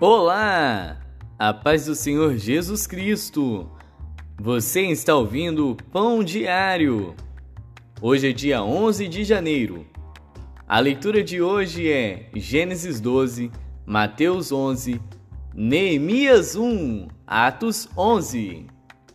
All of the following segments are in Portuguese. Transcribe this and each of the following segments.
Olá! A paz do Senhor Jesus Cristo! Você está ouvindo Pão Diário. Hoje é dia 11 de janeiro. A leitura de hoje é Gênesis 12, Mateus 11, Neemias 1, Atos 11.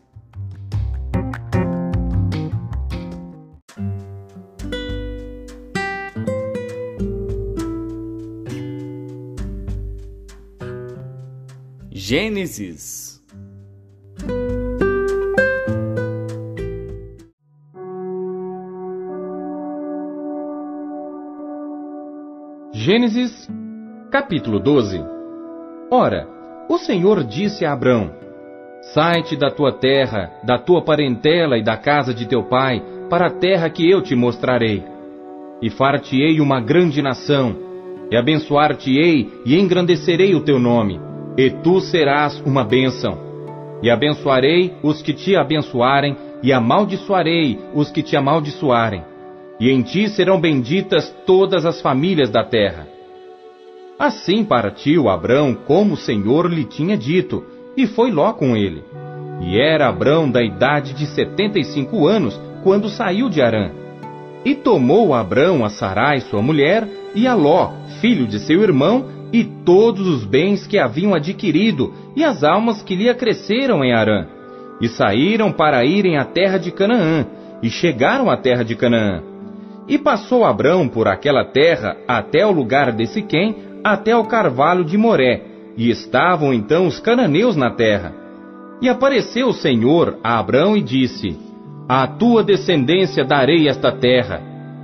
Gênesis. Gênesis, capítulo 12. Ora, o Senhor disse a Abrão: Sai-te da tua terra, da tua parentela e da casa de teu pai, para a terra que eu te mostrarei. E far-te-ei uma grande nação, e abençoar-te-ei e engrandecerei o teu nome, e tu serás uma bênção. E abençoarei os que te abençoarem, e amaldiçoarei os que te amaldiçoarem. E em ti serão benditas todas as famílias da terra. Assim partiu Abrão como o Senhor lhe tinha dito, e foi Ló com ele. E era Abrão da idade de 75 anos, quando saiu de Harã. E tomou Abrão a Sarai sua mulher, e a Ló, filho de seu irmão, e todos os bens que haviam adquirido, e as almas que lhe acresceram em Harã. E saíram para irem à terra de Canaã, e chegaram à terra de Canaã. E passou Abrão por aquela terra até o lugar de Siquém, até o carvalho de Moré, e estavam então os cananeus na terra. E apareceu o Senhor a Abrão e disse: À tua descendência darei esta terra.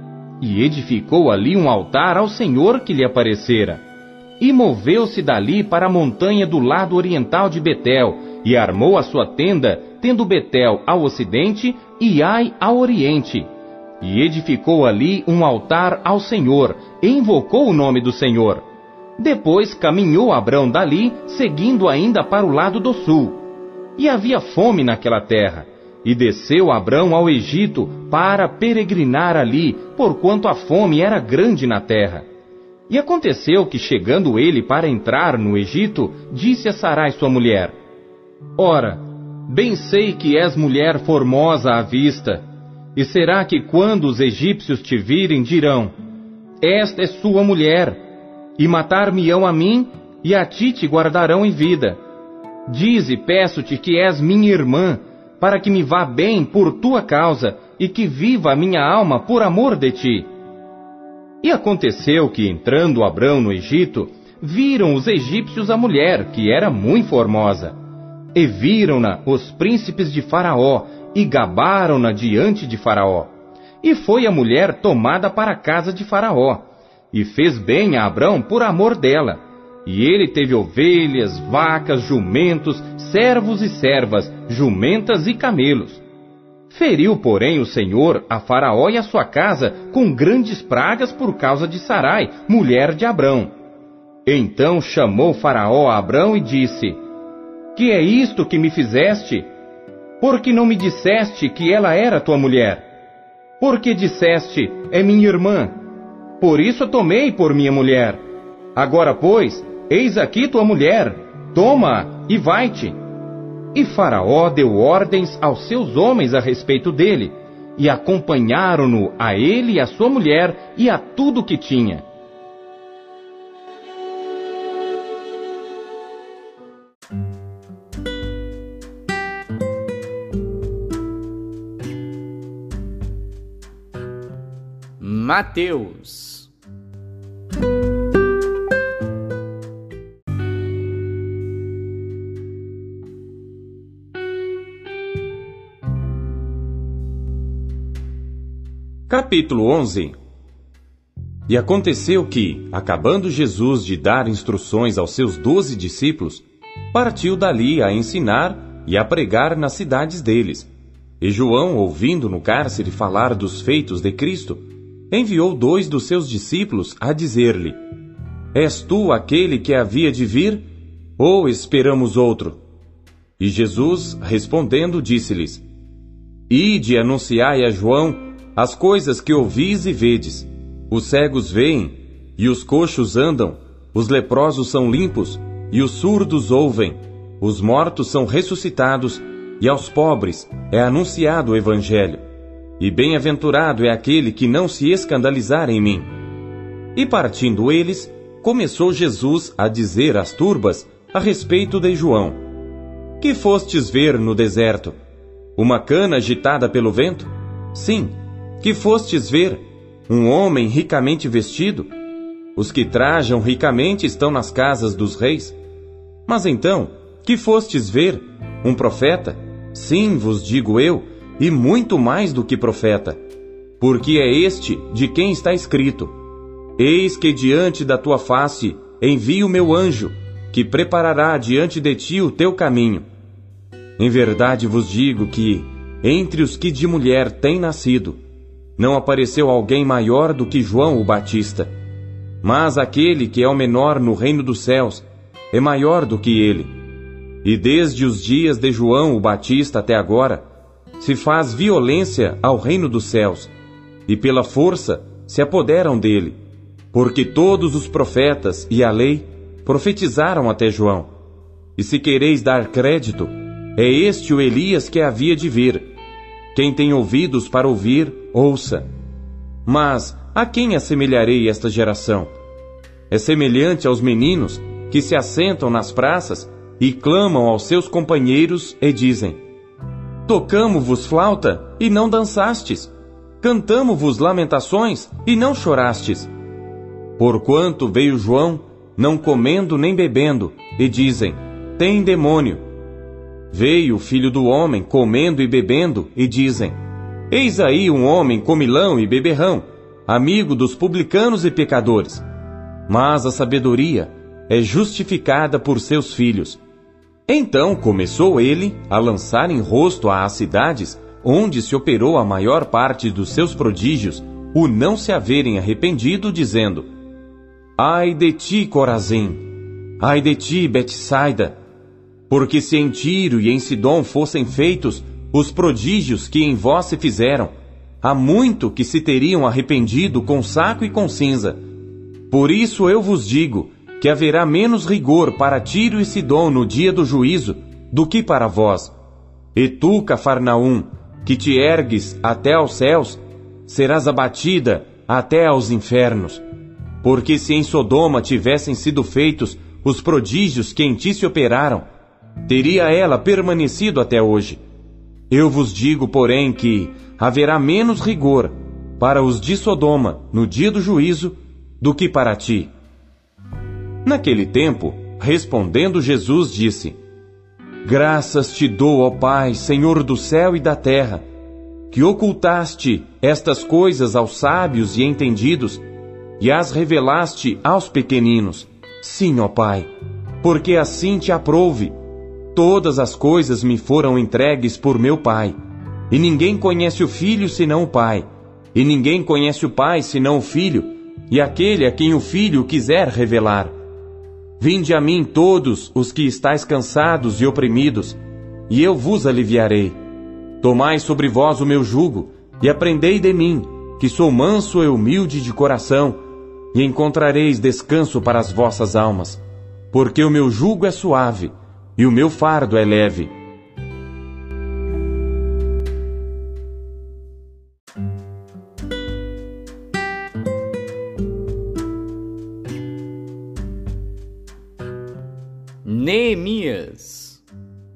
E edificou ali um altar ao Senhor que lhe aparecera. E moveu-se dali para a montanha do lado oriental de Betel, e armou a sua tenda, tendo Betel ao ocidente e Ai ao oriente. E edificou ali um altar ao Senhor, e invocou o nome do Senhor. Depois caminhou Abrão dali, seguindo ainda para o lado do sul. E havia fome naquela terra. E desceu Abrão ao Egito para peregrinar ali, porquanto a fome era grande na terra. E aconteceu que, chegando ele para entrar no Egito, disse a Sarai sua mulher: Ora, bem sei que és mulher formosa à vista. E será que quando os egípcios te virem, dirão: Esta é sua mulher, e matar-me-ão a mim, e a ti te guardarão em vida. Dize, peço-te, que és minha irmã, para que me vá bem por tua causa, e que viva a minha alma por amor de ti. E aconteceu que, entrando Abrão no Egito, viram os egípcios a mulher, que era muito formosa. E viram-na os príncipes de Faraó, e gabaram-na diante de Faraó. E foi a mulher tomada para a casa de Faraó, e fez bem a Abrão por amor dela. E ele teve ovelhas, vacas, jumentos, servos e servas, jumentas e camelos. Feriu, porém, o Senhor a Faraó e a sua casa com grandes pragas por causa de Sarai, mulher de Abrão. Então chamou Faraó a Abrão e disse: Que é isto que me fizeste? Por que não me disseste que ela era tua mulher? Porque disseste: É minha irmã. Por isso a tomei por minha mulher. Agora, pois, eis aqui tua mulher, toma-a e vai-te. E Faraó deu ordens aos seus homens a respeito dele, e acompanharam-no a ele e a sua mulher e a tudo o que tinha. Mateus. Capítulo 11. E aconteceu que, acabando Jesus de dar instruções aos seus 12 discípulos, partiu dali a ensinar e a pregar nas cidades deles. E João, ouvindo no cárcere falar dos feitos de Cristo, enviou 2 dos seus discípulos a dizer-lhe: És tu aquele que havia de vir, ou esperamos outro? E Jesus, respondendo, disse-lhes: Ide e anunciai a João as coisas que ouvis e vedes. Os cegos veem, e os coxos andam, os leprosos são limpos, e os surdos ouvem, os mortos são ressuscitados, e aos pobres é anunciado o Evangelho. E bem-aventurado é aquele que não se escandalizar em mim. E partindo eles, começou Jesus a dizer às turbas a respeito de João: Que fostes ver no deserto? Uma cana agitada pelo vento? Sim. Que fostes ver? Um homem ricamente vestido? Os que trajam ricamente estão nas casas dos reis. Mas então, que fostes ver? Um profeta? Sim, vos digo eu, e muito mais do que profeta. Porque é este de quem está escrito: Eis que diante da tua face envio o meu anjo, que preparará diante de ti o teu caminho. Em verdade vos digo que, entre os que de mulher têm nascido, não apareceu alguém maior do que João o Batista. Mas aquele que é o menor no reino dos céus é maior do que ele. E desde os dias de João o Batista até agora, se faz violência ao reino dos céus, e pela força se apoderam dele, porque todos os profetas e a lei profetizaram até João. E se quereis dar crédito, é este o Elias que havia de vir. Quem tem ouvidos para ouvir, ouça. Mas a quem assemelharei esta geração? É semelhante aos meninos que se assentam nas praças e clamam aos seus companheiros e dizem: Tocamo-vos flauta e não dançastes, cantamo-vos lamentações e não chorastes. Porquanto veio João, não comendo nem bebendo, e dizem: Tem demônio. Veio o Filho do Homem comendo e bebendo, e dizem: Eis aí um homem comilão e beberrão, amigo dos publicanos e pecadores. Mas a sabedoria é justificada por seus filhos. Então começou ele a lançar em rosto às cidades, onde se operou a maior parte dos seus prodígios, o não se haverem arrependido, dizendo: Ai de ti, Corazim! Ai de ti, Betsaida! Porque se em Tiro e em Sidom fossem feitos os prodígios que em vós se fizeram, há muito que se teriam arrependido com saco e com cinza. Por isso eu vos digo que haverá menos rigor para Tiro e Sidom no dia do juízo do que para vós. E tu, Cafarnaum, que te ergues até aos céus, serás abatida até aos infernos. Porque se em Sodoma tivessem sido feitos os prodígios que em ti se operaram, teria ela permanecido até hoje. Eu vos digo, porém, que haverá menos rigor para os de Sodoma no dia do juízo do que para ti. Naquele tempo, respondendo Jesus, disse: Graças te dou, ó Pai, Senhor do céu e da terra, que ocultaste estas coisas aos sábios e entendidos e as revelaste aos pequeninos. Sim, ó Pai, porque assim te aprouve. Todas as coisas me foram entregues por meu Pai, e ninguém conhece o Filho senão o Pai, e ninguém conhece o Pai senão o Filho, e aquele a quem o Filho quiser revelar. Vinde a mim todos os que estáis cansados e oprimidos, e eu vos aliviarei. Tomai sobre vós o meu jugo, e aprendei de mim, que sou manso e humilde de coração, e encontrareis descanso para as vossas almas, porque o meu jugo é suave, e o meu fardo é leve. Neemias.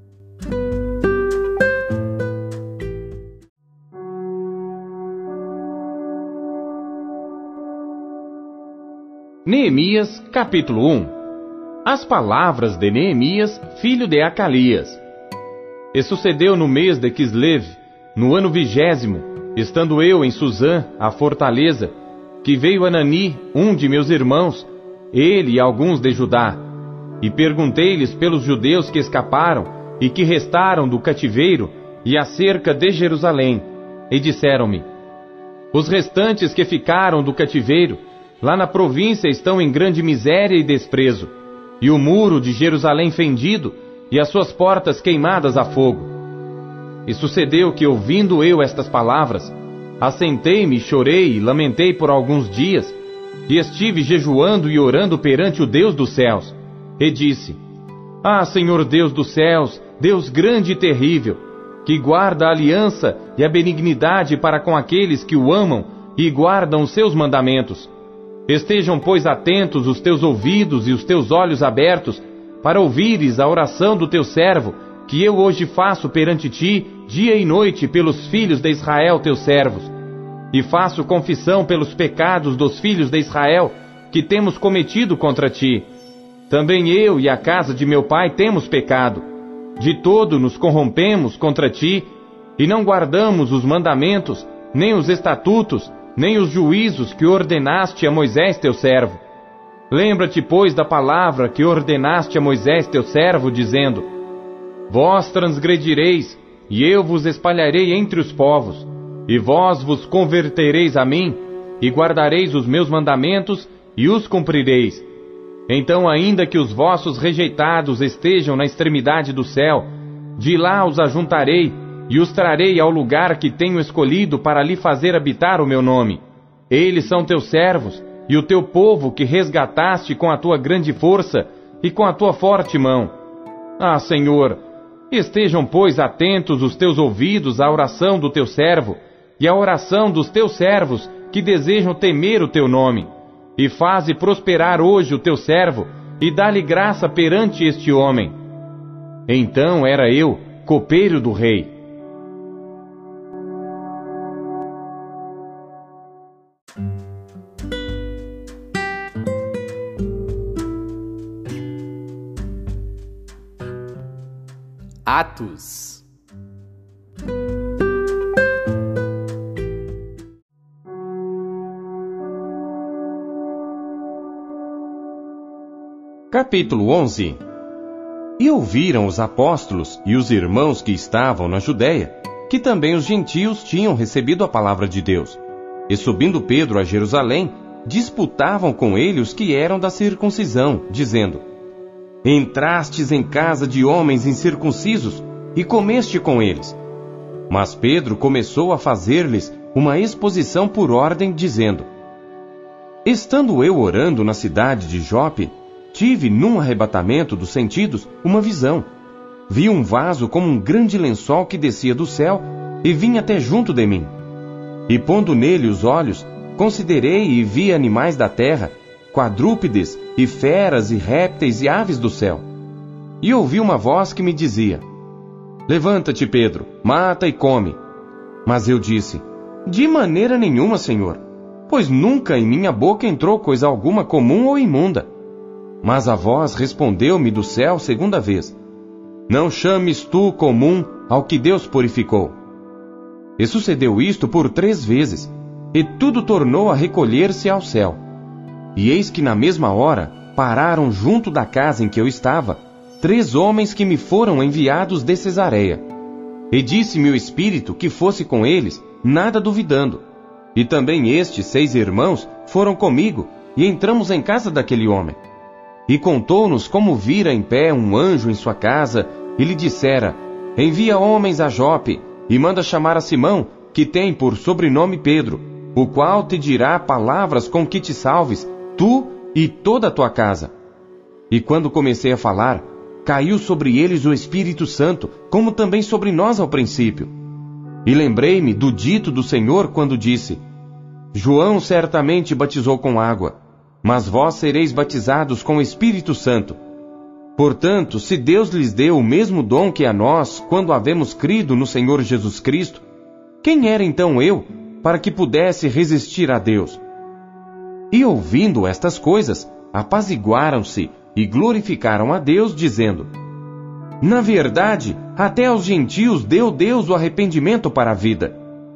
Neemias, capítulo 1. As palavras de Neemias, filho de Acalias. E sucedeu no mês de Quislev, no ano 20º, estando eu em Suzã, a fortaleza, que veio Anani, um de meus irmãos, ele e alguns de Judá, e perguntei-lhes pelos judeus que escaparam e que restaram do cativeiro e acerca de Jerusalém, e disseram-me: Os restantes que ficaram do cativeiro, lá na província, estão em grande miséria e desprezo, e o muro de Jerusalém fendido, e as suas portas queimadas a fogo. E sucedeu que, ouvindo eu estas palavras, assentei-me, chorei e lamentei por alguns dias, e estive jejuando e orando perante o Deus dos céus. e disse: Ah, Senhor Deus dos céus, Deus grande e terrível, que guarda a aliança e a benignidade para com aqueles que o amam e guardam os seus mandamentos. Estejam, pois, atentos os teus ouvidos e os teus olhos abertos, para ouvires a oração do teu servo, que eu hoje faço perante ti, dia e noite, pelos filhos de Israel, teus servos. E faço confissão pelos pecados dos filhos de Israel, que temos cometido contra ti. Também eu e a casa de meu pai temos pecado. De todo nos corrompemos contra ti, e não guardamos os mandamentos, nem os estatutos, nem os juízos que ordenaste a Moisés teu servo. Lembra-te, pois, da palavra que ordenaste a Moisés teu servo, dizendo: Vós transgredireis, e eu vos espalharei entre os povos, e vós vos convertereis a mim, e guardareis os meus mandamentos, e os cumprireis. Então, ainda que os vossos rejeitados estejam na extremidade do céu, de lá os ajuntarei, e os trarei ao lugar que tenho escolhido para lhe fazer habitar o meu nome. Eles são teus servos, e o teu povo que resgataste com a tua grande força e com a tua forte mão. Ah, Senhor, estejam, pois, atentos os teus ouvidos à oração do teu servo, e à oração dos teus servos que desejam temer o teu nome. E faze prosperar hoje o teu servo, e dá-lhe graça perante este homem. Então era eu, copeiro do rei. Atos. Capítulo 11. E ouviram os apóstolos e os irmãos que estavam na Judéia, que também os gentios tinham recebido a palavra de Deus. E subindo Pedro a Jerusalém, disputavam com ele os que eram da circuncisão, dizendo: Entrastes em casa de homens incircuncisos, e comeste com eles. Mas Pedro começou a fazer-lhes uma exposição por ordem, dizendo: Estando eu orando na cidade de Jope, tive, num arrebatamento dos sentidos, uma visão. Vi um vaso como um grande lençol que descia do céu e vinha até junto de mim. E pondo nele os olhos, considerei e vi animais da terra, quadrúpedes e feras e répteis e aves do céu. E ouvi uma voz que me dizia: Levanta-te, Pedro, mata e come. Mas eu disse: De maneira nenhuma, Senhor, pois nunca em minha boca entrou coisa alguma comum ou imunda. Mas a voz respondeu-me do céu segunda vez: Não chames tu comum ao que Deus purificou. E sucedeu isto por 3 vezes, e tudo tornou a recolher-se ao céu. E eis que na mesma hora pararam junto da casa em que eu estava 3 homens que me foram enviados de Cesareia. E disse-me o Espírito que fosse com eles, nada duvidando. E também estes 6 irmãos foram comigo, e entramos em casa daquele homem. E contou-nos como vira em pé um anjo em sua casa, e lhe dissera: Envia homens a Jope, e manda chamar a Simão, que tem por sobrenome Pedro, o qual te dirá palavras com que te salves, tu e toda a tua casa. E quando comecei a falar, caiu sobre eles o Espírito Santo, como também sobre nós ao princípio. E lembrei-me do dito do Senhor quando disse: João certamente batizou com água, mas vós sereis batizados com o Espírito Santo. Portanto, se Deus lhes deu o mesmo dom que a nós, quando havemos crido no Senhor Jesus Cristo, quem era então eu, para que pudesse resistir a Deus? E ouvindo estas coisas, apaziguaram-se e glorificaram a Deus, dizendo: Na verdade, até aos gentios deu Deus o arrependimento para a vida.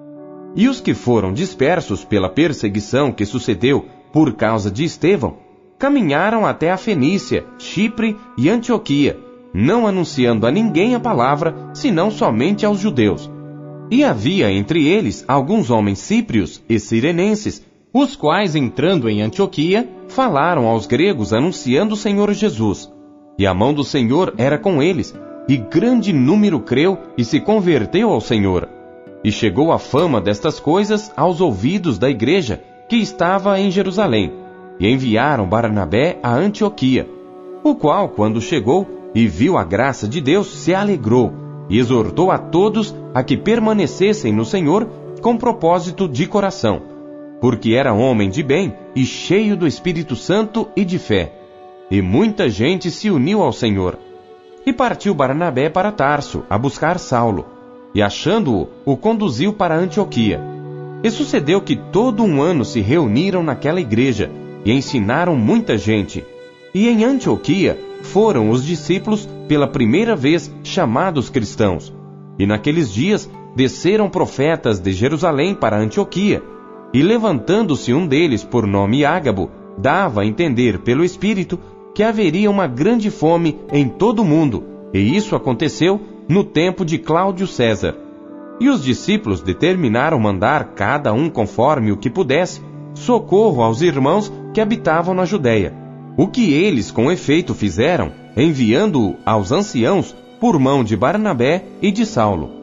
E os que foram dispersos pela perseguição que sucedeu por causa de Estevão, caminharam até a Fenícia, Chipre e Antioquia, não anunciando a ninguém a palavra, senão somente aos judeus. E havia entre eles alguns homens cíprios e cirenenses, os quais, entrando em Antioquia, falaram aos gregos anunciando o Senhor Jesus. E a mão do Senhor era com eles, e grande número creu e se converteu ao Senhor. E chegou a fama destas coisas aos ouvidos da igreja, que estava em Jerusalém, e enviaram Barnabé a Antioquia. o qual, quando chegou e viu a graça de Deus, se alegrou e exortou a todos a que permanecessem no Senhor com propósito de coração, porque era homem de bem e cheio do Espírito Santo e de fé. E muita gente se uniu ao Senhor. E partiu Barnabé para Tarso, a buscar Saulo, e achando-o, o conduziu para Antioquia. E sucedeu que todo um ano se reuniram naquela igreja, e ensinaram muita gente. E em Antioquia foram os discípulos pela primeira vez chamados cristãos. E naqueles dias desceram profetas de Jerusalém para Antioquia, e levantando-se um deles por nome Ágabo, dava a entender pelo Espírito que haveria uma grande fome em todo o mundo, e isso aconteceu no tempo de Cláudio César. E os discípulos determinaram mandar, cada um conforme o que pudesse, socorro aos irmãos que habitavam na Judéia. O que eles com efeito fizeram, enviando-o aos anciãos por mão de Barnabé e de Saulo.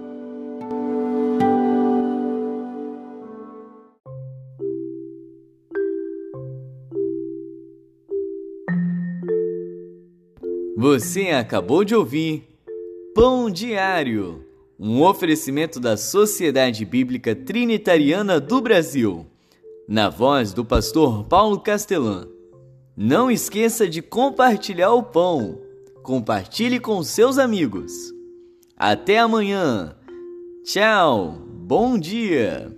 Você acabou de ouvir Pão Diário, um oferecimento da Sociedade Bíblica Trinitariana do Brasil, na voz do pastor Paulo Castelã. Não esqueça de compartilhar o pão. Compartilhe com seus amigos. Até amanhã. Tchau. Bom dia.